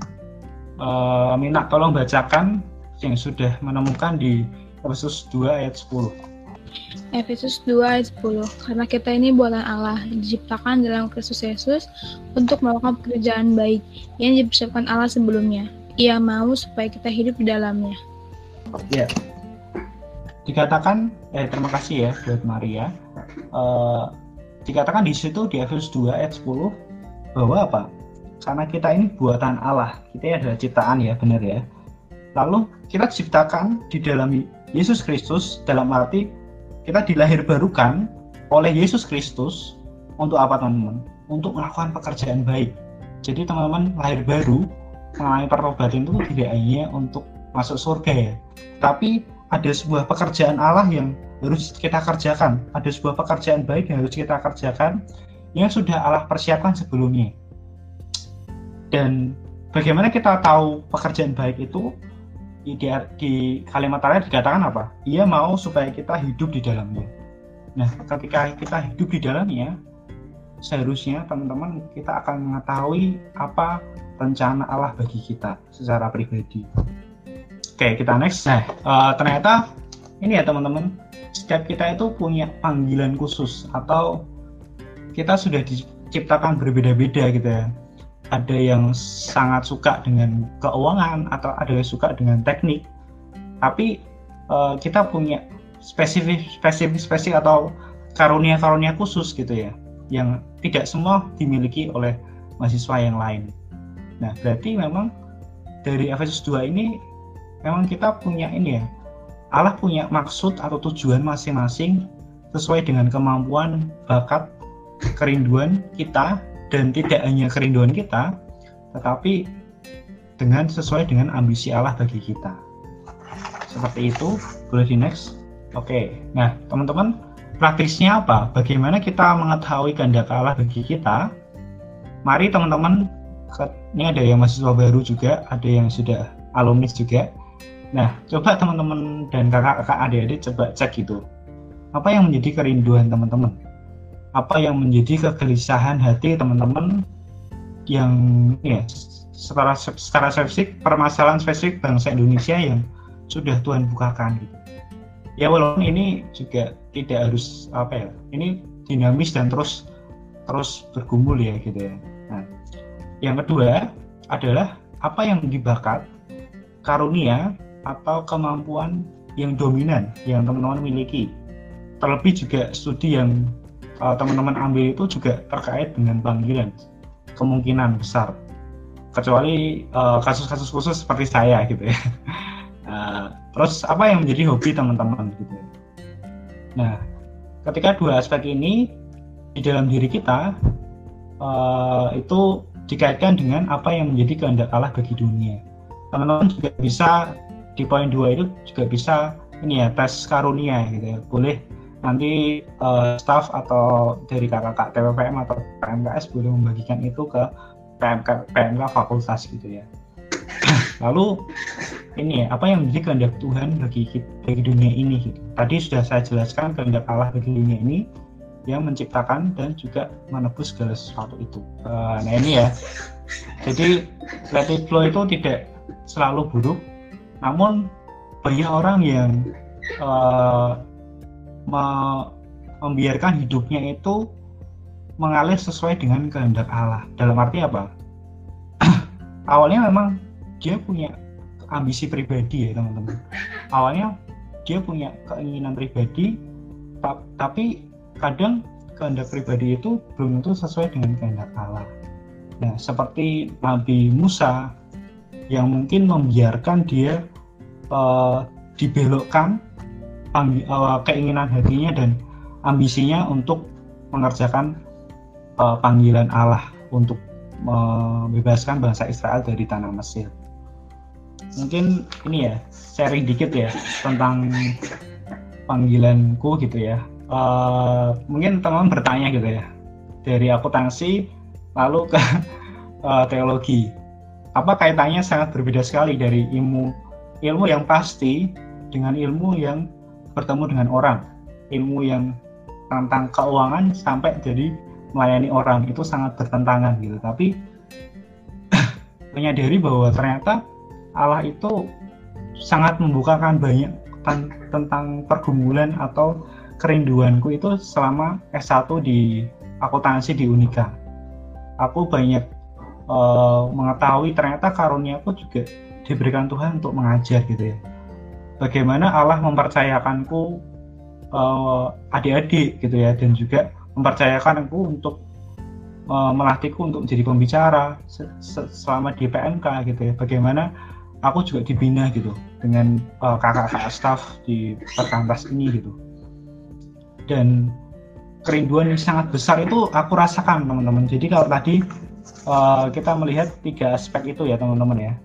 Mina tolong bacakan yang sudah menemukan di Efesus 2 ayat 10. Efesus 2 ayat 10. Karena kita ini buatan Allah, diciptakan dalam Kristus Yesus untuk melakukan pekerjaan baik yang dipersiapkan Allah sebelumnya. Ia mau supaya kita hidup di dalamnya. Ya. Dikatakan, terima kasih ya buat Maria. Dikatakan di situ di Efesus 2 ayat 10 bahwa apa? Karena kita ini buatan Allah, kita adalah ciptaan ya, benar ya. Lalu kita diciptakan di dalam Yesus Kristus, dalam arti kita dilahirbarukan oleh Yesus Kristus untuk apa teman-teman? Untuk melakukan pekerjaan baik. Jadi teman-teman lahir baru, mengalami pertobatan itu tidak hanya untuk masuk surga ya, tapi ada sebuah pekerjaan Allah yang harus kita kerjakan, ada sebuah pekerjaan baik yang harus kita kerjakan yang sudah Allah persiapkan sebelumnya. Dan bagaimana kita tahu pekerjaan baik itu? Di kalimat terakhir dikatakan apa? Ia mau supaya kita hidup di dalamnya. Nah, ketika kita hidup di dalamnya, seharusnya teman-teman kita akan mengetahui apa rencana Allah bagi kita secara pribadi. Oke, kita next. Nah, ternyata ini ya teman-teman, setiap kita itu punya panggilan khusus atau kita sudah diciptakan berbeda-beda gitu ya. Ada yang sangat suka dengan keuangan atau ada yang suka dengan teknik. Tapi kita punya spesifik atau karunia-karunia khusus gitu ya, yang tidak semua dimiliki oleh mahasiswa yang lain. Nah, berarti memang dari Efesus 2 ini memang kita punya ini ya, Allah punya maksud atau tujuan masing-masing sesuai dengan kemampuan, bakat, kerinduan kita, dan tidak hanya kerinduan kita, tetapi sesuai dengan ambisi Allah bagi kita. Seperti itu. Boleh di next. Oke. Nah, teman-teman, praktisnya apa? Bagaimana kita mengetahui kehendak Allah bagi kita? Mari teman-teman, ini ada yang mahasiswa baru juga, ada yang sudah alumni juga. Nah, coba teman-teman dan kakak-kakak, adik-adik coba cek gitu. Apa yang menjadi kerinduan teman-teman? Apa yang menjadi kegelisahan hati teman-teman yang ya secara spesifik, permasalahan spesifik bangsa Indonesia yang sudah Tuhan bukakan gitu. Ya walaupun ini juga tidak harus ini dinamis dan terus bergumul ya gitu ya. Nah, yang kedua adalah apa yang dibakat, karunia atau kemampuan yang dominan yang teman-teman miliki. Terlebih juga studi yang teman-teman ambil itu juga terkait dengan panggilan, kemungkinan besar. Kecuali kasus-kasus khusus seperti saya gitu ya. Terus apa yang menjadi hobi teman-teman gitu. Nah, ketika dua aspek ini di dalam diri kita itu dikaitkan dengan apa yang menjadi kehendak Allah bagi dunia. Teman-teman juga bisa di poin 2 itu juga bisa ini ya, tes karunia gitu ya. Boleh nanti staff atau dari kakak-kakak TPPM atau PMKS boleh membagikan itu ke PMK fakultas gitu ya. Lalu ini ya, apa yang menjadi kehendak Tuhan bagi dunia ini gitu. Tadi sudah saya jelaskan kehendak Allah bagi dunia ini yang menciptakan dan juga menebus segala sesuatu itu. Nah ini ya, jadi let it flow itu tidak selalu buruk, namun banyak orang yang membiarkan hidupnya itu mengalir sesuai dengan kehendak Allah. Dalam arti apa? Awalnya memang dia punya ambisi pribadi ya teman-teman. Awalnya dia punya keinginan pribadi, tapi kadang kehendak pribadi itu belum tentu sesuai dengan kehendak Allah. Nah, seperti Nabi Musa yang mungkin membiarkan dia dibelokkan keinginan hatinya dan ambisinya untuk mengerjakan panggilan Allah untuk membebaskan bangsa Israel dari tanah Mesir. Mungkin ini ya, sharing dikit ya tentang panggilanku gitu ya. Mungkin teman-teman bertanya gitu ya, dari akuntansi lalu ke teologi, apa kaitannya? Sangat berbeda sekali dari ilmu yang pasti dengan ilmu yang bertemu dengan orang, ilmu yang tentang keuangan sampai jadi melayani orang, itu sangat bertentangan gitu. Tapi menyadari bahwa ternyata Allah itu sangat membukakan banyak tentang pergumulan atau kerinduanku itu selama S1 di akuntansi di Unika. Aku banyak mengetahui ternyata karuniaku juga diberikan Tuhan untuk mengajar gitu ya. Bagaimana Allah mempercayakanku adik-adik gitu ya, dan juga mempercayakan aku untuk melatihku untuk menjadi pembicara selama di PMK gitu ya. Bagaimana aku juga dibina gitu dengan kakak-kakak staff di perkantas ini gitu. Dan kerinduan yang sangat besar itu aku rasakan teman-teman. Jadi kalau tadi kita melihat 3 aspek itu ya teman-teman ya.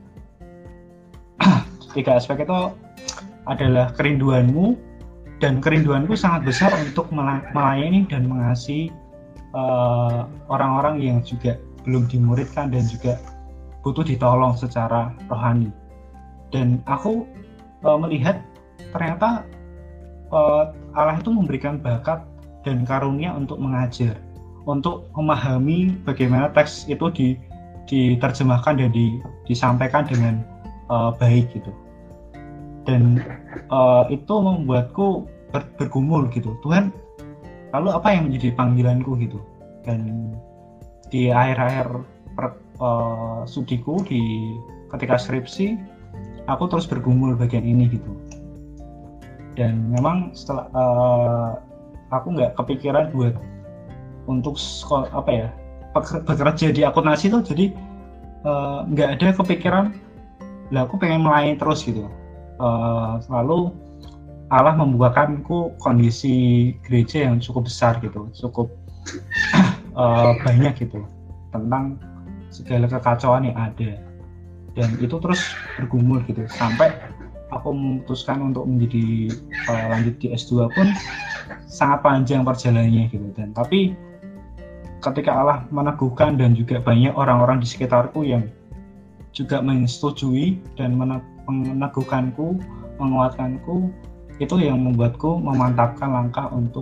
3 aspek itu adalah kerinduanmu, dan kerinduanku sangat besar untuk melayani dan mengasihi orang-orang yang juga belum dimuridkan dan juga butuh ditolong secara rohani. Dan aku melihat ternyata Allah itu memberikan bakat dan karunia untuk mengajar, untuk memahami bagaimana teks itu diterjemahkan dan disampaikan dengan baik gitu. Dan itu membuatku bergumul gitu, Tuhan, lalu apa yang menjadi panggilanku gitu. Dan di akhir-akhir studiku ketika skripsi, aku terus bergumul bagian ini gitu. Dan memang setelah aku nggak kepikiran buat untuk bekerja di akuntansi itu, jadi nggak ada kepikiran lah aku pengen melayani terus gitu. Lalu Allah membukakanku kondisi gereja yang cukup besar gitu, cukup banyak gitu tentang segala kekacauan yang ada, dan itu terus bergumul gitu sampai aku memutuskan untuk menjadi lanjut di S2 pun sangat panjang perjalanannya gitu. Dan tapi ketika Allah meneguhkan dan juga banyak orang-orang di sekitarku yang juga menyetujui dan meneguhkanku, menguatkanku, itu yang membuatku memantapkan langkah untuk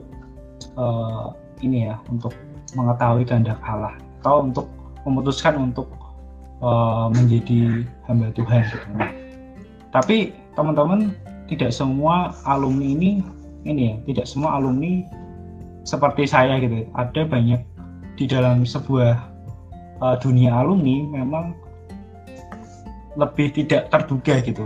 untuk mengetahui kehendak Allah atau untuk memutuskan untuk menjadi hamba Tuhan gitu. Nah, tapi teman-teman, tidak semua alumni tidak semua alumni seperti saya gitu. Ada banyak di dalam sebuah dunia alumni memang lebih tidak terduga gitu.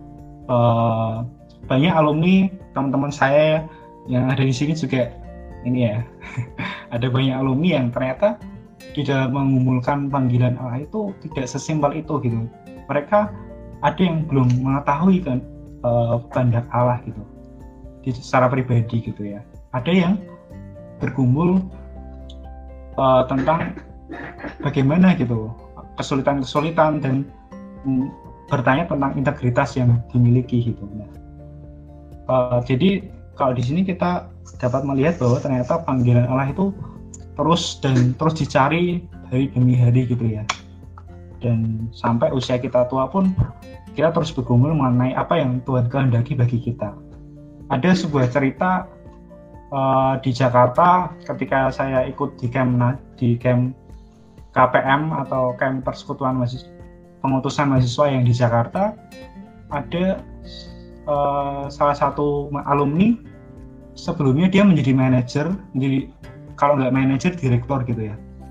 Banyak alumni teman-teman saya yang ada di sini juga ada banyak alumni yang ternyata di dalam mengumpulkan panggilan Allah itu tidak sesimpel itu gitu. Mereka ada yang belum mengetahui kan kehendak Allah gitu secara pribadi gitu ya. Ada yang bergumul tentang bagaimana gitu kesulitan-kesulitan dan bertanya tentang integritas yang dimiliki gitu. Nah, jadi kalau di sini kita dapat melihat bahwa ternyata panggilan Allah itu terus dicari hari demi hari gitu ya. Dan sampai usia kita tua pun kita terus bergumul mengenai apa yang Tuhan kehendaki bagi kita. Ada sebuah cerita di Jakarta ketika saya ikut di camp KPM atau camp persekutuan pengutusan mahasiswa yang di Jakarta. Ada salah satu alumni sebelumnya dia menjadi manajer, kalau nggak manajer direktur gitu ya.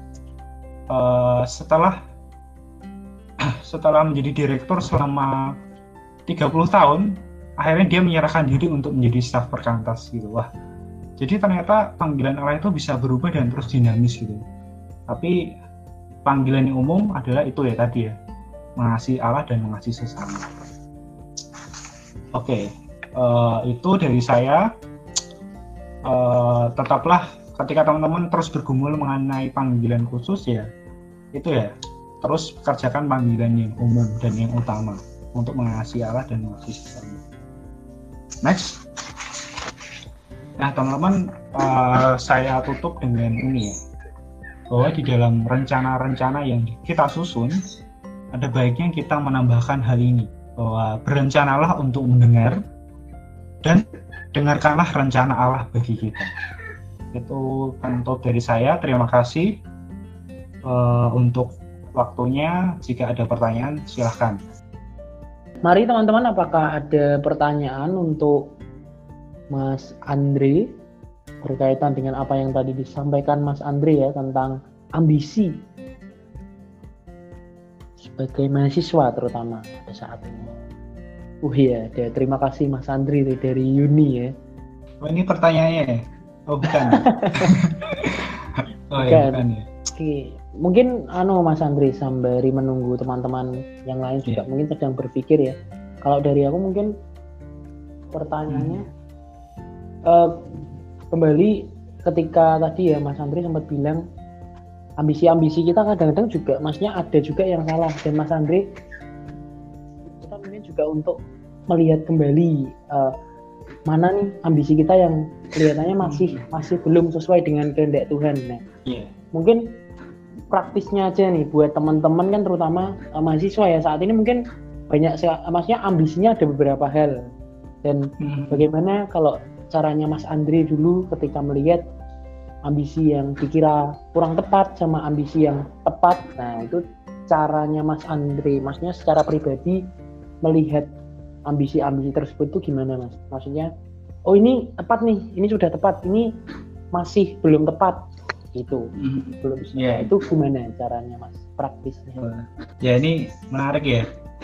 Setelah menjadi direktur selama 30 tahun, akhirnya dia menyerahkan diri untuk menjadi staf perkantas gitu. Wah, jadi ternyata panggilan Allah itu bisa berubah dan terus dinamis gitu. Tapi panggilan yang umum adalah itu ya tadi ya, mengasihi Allah dan mengasihi sesama. Oke, itu dari saya. Tetaplah ketika teman-teman terus bergumul mengenai panggilan khusus ya, itu ya terus kerjakan panggilan yang umum dan yang utama untuk mengasihi Allah dan mengasihi sesama. Next. Nah teman-teman, saya tutup dengan ini ya, bahwa di dalam rencana-rencana yang kita susun ada baiknya kita menambahkan hal ini, bahwa berencanalah untuk mendengar dan dengarkanlah rencana Allah bagi kita. Itu penutup dari saya. Terima kasih untuk waktunya. Jika ada pertanyaan silahkan. Mari teman-teman, apakah ada pertanyaan untuk Mas Andre berkaitan dengan apa yang tadi disampaikan Mas Andre ya, tentang ambisi sebagai mahasiswa terutama pada saat ini. Iya, terima kasih Mas Andre dari Uni ya. Oh, ini pertanyaannya? Oh bukan. Bukan. Ya, bukan ya. Oke, mungkin Mas Andre sembari menunggu teman-teman yang lain juga mungkin sedang berpikir ya. Kalau dari aku mungkin pertanyaannya kembali ketika tadi ya Mas Andre sempat bilang ambisi-ambisi kita kadang-kadang juga maksudnya ada juga yang salah, dan Mas Andre kita mungkin juga untuk melihat kembali mana nih ambisi kita yang kelihatannya masih belum sesuai dengan kehendak Tuhan. Nah, mungkin praktisnya aja nih buat teman-teman kan, terutama mahasiswa ya saat ini mungkin banyak, maksudnya ambisinya ada beberapa hal, dan bagaimana kalau caranya Mas Andre dulu ketika melihat ambisi yang dikira kurang tepat sama ambisi yang tepat. Nah itu caranya Mas Andre, maksudnya secara pribadi melihat ambisi-ambisi tersebut itu gimana Mas? Maksudnya, oh ini tepat nih, ini sudah tepat, ini masih belum tepat gitu. Belum. Itu gimana caranya Mas praktisnya? Ya ini menarik ya.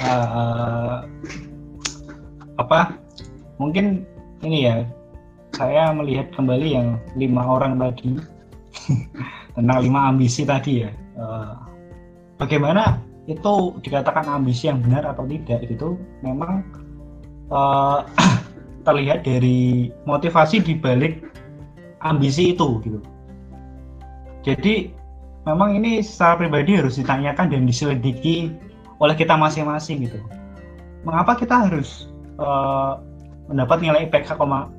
Mungkin ini ya, saya melihat kembali yang 5 orang tadi tentang 5 ambisi tadi ya. Bagaimana itu dikatakan ambisi yang benar atau tidak gitu? Memang terlihat dari motivasi di balik ambisi itu gitu. Jadi memang ini secara pribadi harus ditanyakan dan diselidiki oleh kita masing-masing gitu. Mengapa kita harus mendapat nilai IPK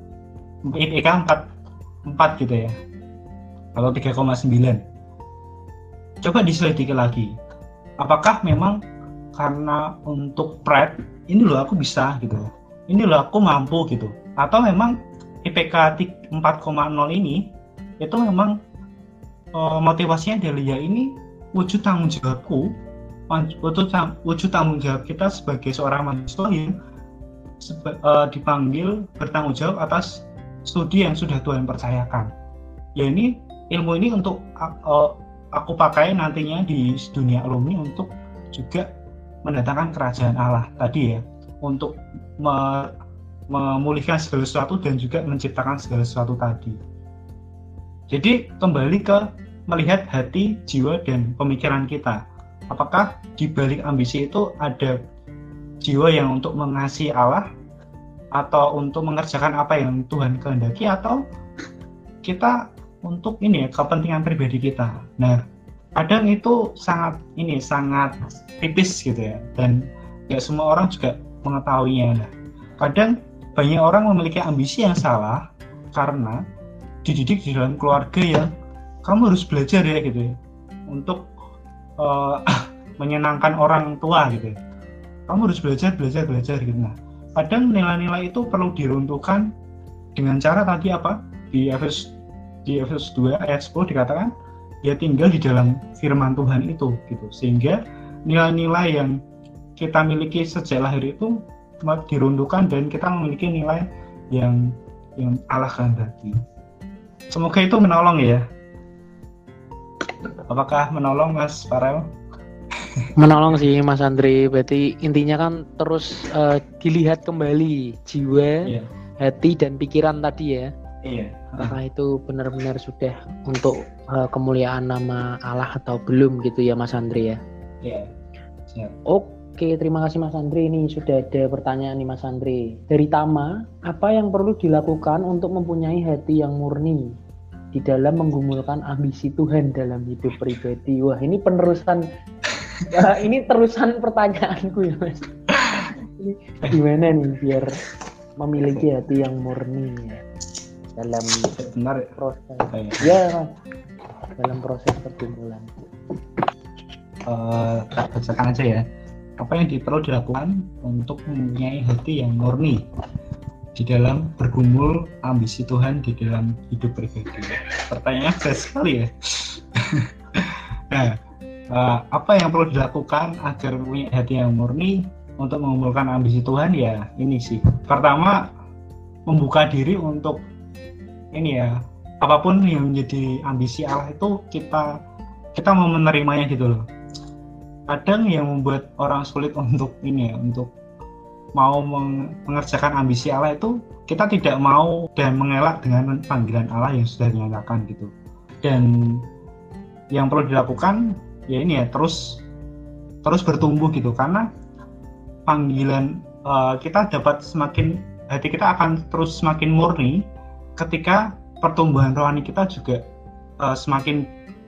4 gitu ya, atau 3,9? Coba diselidiki lagi. Apakah memang karena untuk pride, ini loh aku bisa gitu, ini loh aku mampu gitu, atau memang IPK 4,0 ini itu memang motivasinya dari ya ini wujud tanggung jawabku, wujud tanggung jawab kita sebagai seorang mahasiswa yang dipanggil bertanggung jawab atas studi yang sudah Tuhan percayakan. Ya ini ilmu ini untuk aku pakai nantinya di dunia alumni untuk juga mendatangkan kerajaan Allah tadi ya, untuk memulihkan segala sesuatu dan juga menciptakan segala sesuatu tadi. Jadi kembali ke melihat hati, jiwa, dan pemikiran kita. Apakah di balik ambisi itu ada jiwa yang untuk mengasihi Allah, atau untuk mengerjakan apa yang Tuhan kehendaki, atau kita untuk ini ya, kepentingan pribadi kita. Nah, kadang itu sangat tipis gitu ya, dan nggak semua orang juga mengetahuinya. Nah, kadang banyak orang memiliki ambisi yang salah karena dididik di dalam keluarga yang kamu harus belajar ya gitu ya, untuk menyenangkan orang tua gitu ya. Kamu harus belajar gitu. Nah, kadang nilai-nilai itu perlu diruntuhkan dengan cara tadi apa? Di Efesus 2 ayat 10 dikatakan ya tinggal di dalam firman Tuhan itu gitu. Sehingga nilai-nilai yang kita miliki sejak lahir itu diruntuhkan dan kita memiliki nilai yang Allah kehendaki. Semoga itu menolong ya. Apakah menolong Mas Farel? Menolong sih Mas Andre. Berarti intinya kan terus dilihat kembali jiwa, hati dan pikiran tadi ya. Iya. Apakah itu benar-benar sudah untuk kemuliaan nama Allah atau belum gitu ya Mas Andre ya? Iya. Siap. Oke, terima kasih Mas Andre. Ini sudah ada pertanyaan nih Mas Andre. Dari Tama, apa yang perlu dilakukan untuk mempunyai hati yang murni di dalam menggumulkan ambisi Tuhan dalam hidup pribadi? Wah, ini penerusan ini terusan pertanyaanku ya Mas. Gimana nih biar memiliki hati yang murni ya dalam proses ya dalam proses pergumulan. Tak bacakan aja ya. Apa yang perlu dilakukan untuk mempunyai hati yang murni di dalam bergumul ambisi Tuhan di dalam hidup pribadi? Pertanyaannya jelas sekali ya. Nah, apa yang perlu dilakukan agar punya hati yang murni untuk mengumpulkan ambisi Tuhan? Ya ini sih, pertama membuka diri untuk ini ya, apapun yang menjadi ambisi Allah itu kita mau menerimanya gitu loh. Kadang yang membuat orang sulit untuk ini ya, untuk mau mengerjakan ambisi Allah itu kita tidak mau dan mengelak dengan panggilan Allah yang sudah dinyatakan gitu. Dan yang perlu dilakukan ya ini ya, terus bertumbuh gitu, karena panggilan kita dapat semakin, hati kita akan terus semakin murni ketika pertumbuhan rohani kita juga semakin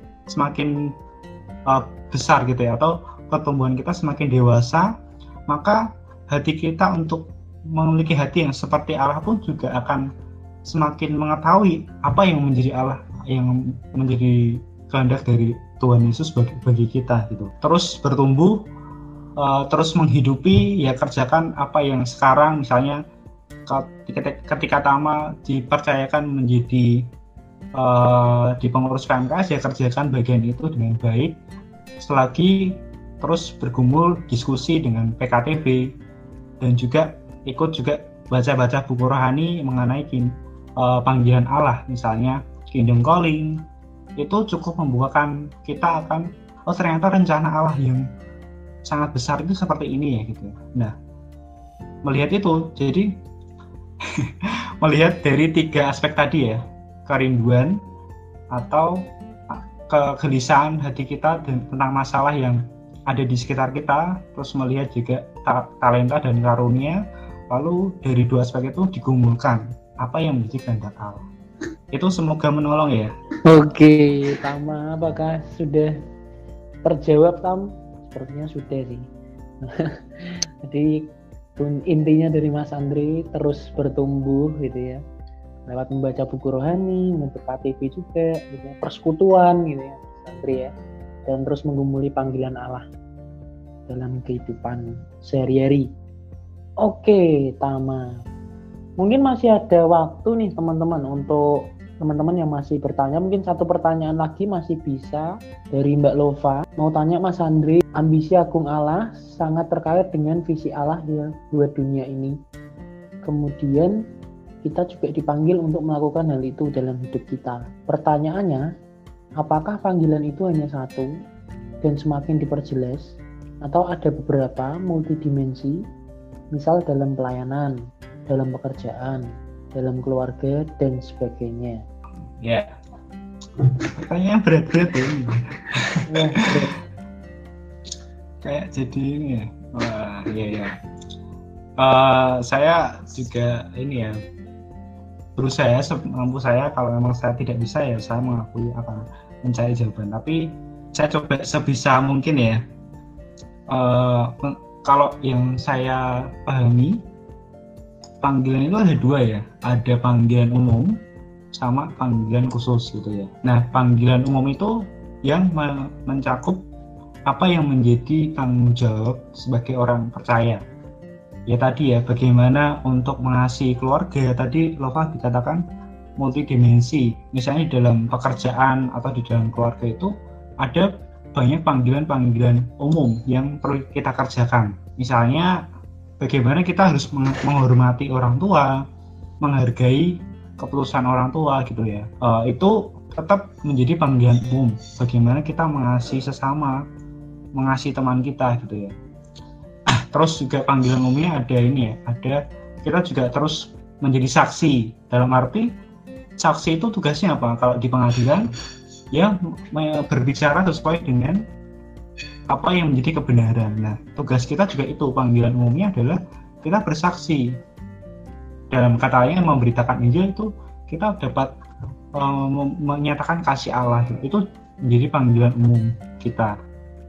besar gitu ya, atau pertumbuhan kita semakin dewasa, maka hati kita untuk memiliki hati yang seperti Allah pun juga akan semakin mengetahui apa yang menjadi Allah, yang menjadi kehendak dari Tuhan Yesus bagi kita gitu. Terus bertumbuh, terus menghidupi ya, kerjakan apa yang sekarang misalnya ketika Tama dipercayakan menjadi di pengurus PMKS ya, kerjakan bagian itu dengan baik selagi terus bergumul diskusi dengan PKTB dan juga ikut juga baca-baca buku rohani mengenai panggilan Allah, misalnya Kingdom Calling. Itu cukup membukakan kita akan ternyata rencana Allah yang sangat besar itu seperti ini ya gitu. Nah, melihat itu jadi melihat dari 3 aspek tadi ya, kerinduan atau kegelisahan hati kita tentang masalah yang ada di sekitar kita, terus melihat juga talenta dan karunia, lalu dari dua aspek itu digumulkan apa yang menjadi kehendak Allah. Itu semoga menolong ya. Oke, Tama, apakah sudah terjawab, Tam? Sepertinya sudah sih. Jadi intinya dari Mas Andri terus bertumbuh gitu ya, lewat membaca buku rohani, membentuk KTP juga gitu ya, persekutuan gitu ya Mas Andri ya, dan terus menggumuli panggilan Allah dalam kehidupan sehari-hari. Oke, Tama, mungkin masih ada waktu nih teman-teman untuk teman-teman yang masih bertanya. Mungkin satu pertanyaan lagi masih bisa dari Mbak Lova. Mau tanya Mas Andri, ambisi agung Allah sangat terkait dengan visi Allah ya dua dunia ini. Kemudian kita juga dipanggil untuk melakukan hal itu dalam hidup kita. Pertanyaannya, apakah panggilan itu hanya satu dan semakin diperjelas, atau ada beberapa multidimensi, misal dalam pelayanan, dalam pekerjaan, dalam keluarga, dan sebagainya? Ya, pertanyaan berat-berat ya. Wah, berat. Kayak jadi ini ya. Wah, iya. Saya juga ini ya, berusaha semampu saya. Kalau memang saya tidak bisa ya saya mengakui akan mencari jawaban. Tapi saya coba sebisa mungkin ya. Kalau yang saya pahami, panggilan itu ada dua ya, ada panggilan umum sama panggilan khusus gitu ya. Nah, panggilan umum itu yang mencakup apa yang menjadi tanggung jawab sebagai orang percaya. Ya tadi ya, bagaimana untuk mengasihi keluarga, tadi Lova dikatakan multidimensi. Misalnya di dalam pekerjaan atau di dalam keluarga itu ada banyak panggilan-panggilan umum yang perlu kita kerjakan. Misalnya bagaimana kita harus menghormati orang tua, menghargai keputusan orang tua gitu ya. Itu tetap menjadi panggilan umum. Bagaimana kita mengasihi sesama, mengasihi teman kita gitu ya. Terus juga panggilan umumnya ada ini ya, ada kita juga terus menjadi saksi. Dalam arti saksi itu tugasnya apa? Kalau di pengadilan ya berbicara sesuai dengan apa yang menjadi kebenaran. Nah, tugas kita juga itu, panggilan umumnya adalah kita bersaksi. Dalam kata lain, memberitakan Injil itu kita dapat menyatakan kasih Allah. Itu menjadi panggilan umum kita.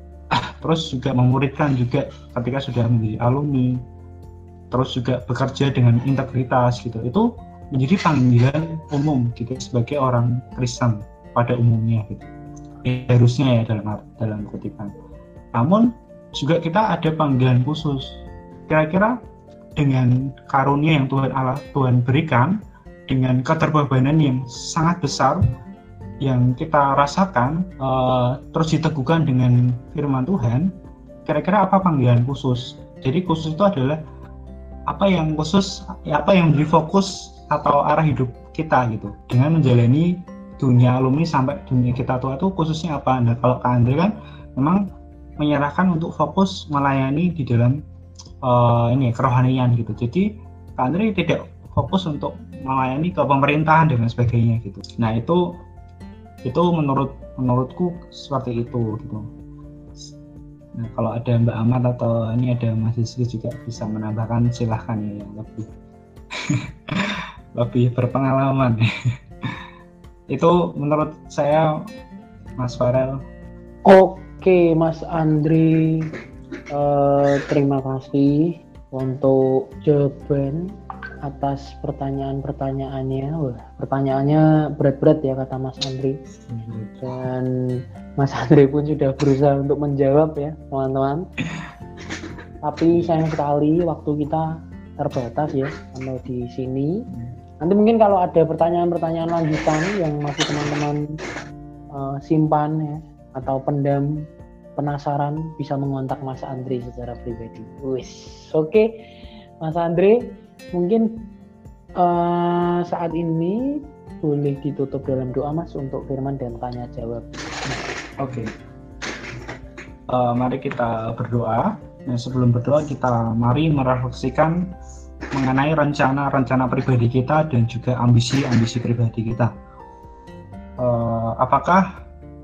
Terus juga memuridkan juga ketika sudah menjadi alumni. Terus juga bekerja dengan integritas gitu. Itu menjadi panggilan umum gitu sebagai orang Kristen pada umumnya gitu. Harusnya ya dalam kutipan. Namun juga kita ada panggilan khusus. Kira-kira dengan karunia yang Tuhan berikan, dengan keterbebanan yang sangat besar yang kita rasakan, terus diteguhkan dengan firman Tuhan, kira-kira apa panggilan khusus? Jadi khusus itu adalah apa yang khusus, apa yang menjadi fokus atau arah hidup kita gitu. Dengan menjalani dunia alumni sampai dunia kita tua itu khususnya apa? Nah, kalau Kak Andre kan memang menyerahkan untuk fokus melayani di dalam kerohanian gitu. Jadi Kak Andre tidak fokus untuk melayani ke pemerintahan dan sebagainya gitu. Nah, itu menurutku seperti itu gitu. Nah, kalau ada Mbak Ahmad atau ini ada Mas Rizky juga bisa menambahkan, silahkan ya, yang lebih berpengalaman. Itu menurut saya, Mas Farel. Oke, Mas Andri, terima kasih untuk jawaban atas pertanyaan-pertanyaannya. Wah, pertanyaannya berat-berat ya kata Mas Andri. Dan Mas Andri pun sudah berusaha untuk menjawab ya, teman-teman. Tapi sayang sekali waktu kita terbatas ya sampai di sini. Nanti mungkin kalau ada pertanyaan-pertanyaan lanjutan yang masih teman-teman simpan ya, atau pendam, penasaran, bisa mengontak Mas Andri secara pribadi. Oke, Mas Andri, mungkin saat ini boleh ditutup dalam doa Mas untuk firman dan tanya jawab. Oke. Mari kita berdoa. Nah, sebelum berdoa kita mari merefleksikan mengenai rencana pribadi kita dan juga ambisi pribadi kita. Apakah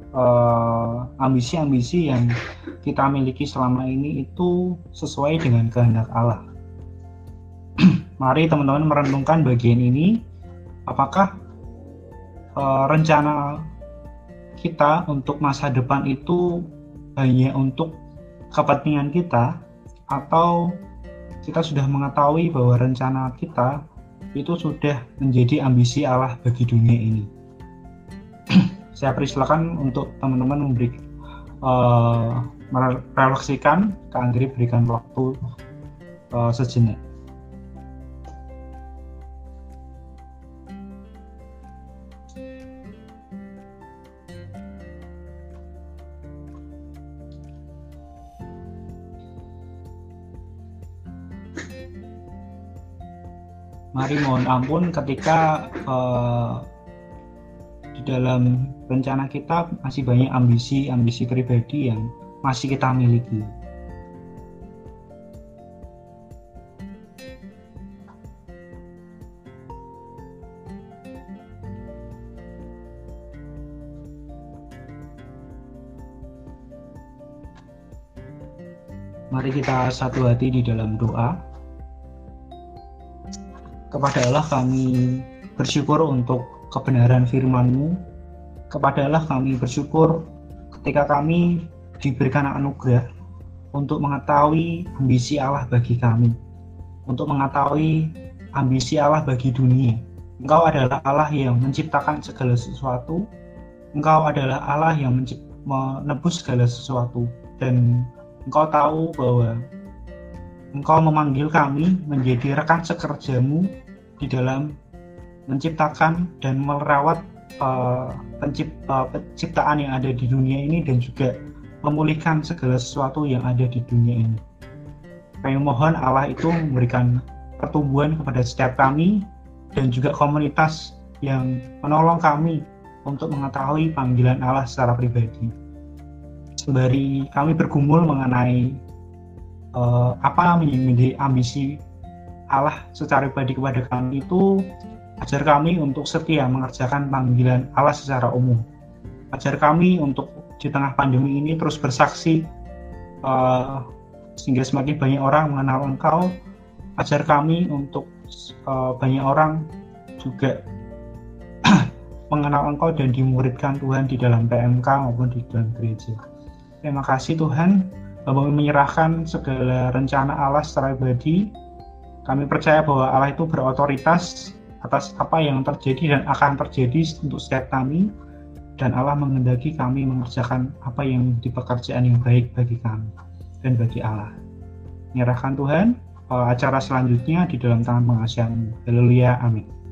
ambisi yang kita miliki selama ini itu sesuai dengan kehendak Allah? Mari teman-teman merenungkan bagian ini. Apakah rencana kita untuk masa depan itu hanya untuk kepentingan kita, atau kita sudah mengetahui bahwa rencana kita itu sudah menjadi ambisi Allah bagi dunia ini? Saya persilakan untuk teman-teman merefleksikan. Kak Andri berikan waktu sejenak. Mari mohon ampun ketika di dalam rencana kita masih banyak ambisi pribadi yang masih kita miliki. Mari kita satu hati di dalam doa. Kepada Allah kami bersyukur untuk kebenaran firman-Mu. Kepada Allah kami bersyukur ketika kami diberikan anugerah untuk mengetahui ambisi Allah bagi kami, untuk mengetahui ambisi Allah bagi dunia. Engkau adalah Allah yang menciptakan segala sesuatu. Engkau adalah Allah yang menebus segala sesuatu. Dan Engkau tahu bahwa Engkau memanggil kami menjadi rekan sekerja-Mu di dalam menciptakan dan merawat penciptaan yang ada di dunia ini, dan juga memulihkan segala sesuatu yang ada di dunia ini. Kami mohon Allah itu memberikan pertumbuhan kepada setiap kami dan juga komunitas yang menolong kami untuk mengetahui panggilan Allah secara pribadi. Sembari kami bergumul mengenai apa menjadi ambisi Allah secara pribadi kepada kami itu, ajar kami untuk setia mengerjakan panggilan Allah secara umum. Ajar kami untuk di tengah pandemi ini terus bersaksi sehingga semakin banyak orang mengenal Engkau. Ajar kami untuk banyak orang juga mengenal Engkau dan dimuridkan Tuhan di dalam PMK maupun di dalam gereja. Terima kasih Tuhan, kami menyerahkan segala rencana Allah secara pribadi. Kami percaya bahwa Allah itu berotoritas atas apa yang terjadi dan akan terjadi untuk setiap kami, dan Allah menghendaki kami mengerjakan apa yang di pekerjaan yang baik bagi kami dan bagi Allah. Menyerahkan Tuhan, acara selanjutnya di dalam tangan pengasihan-Mu. Haleluya, amin.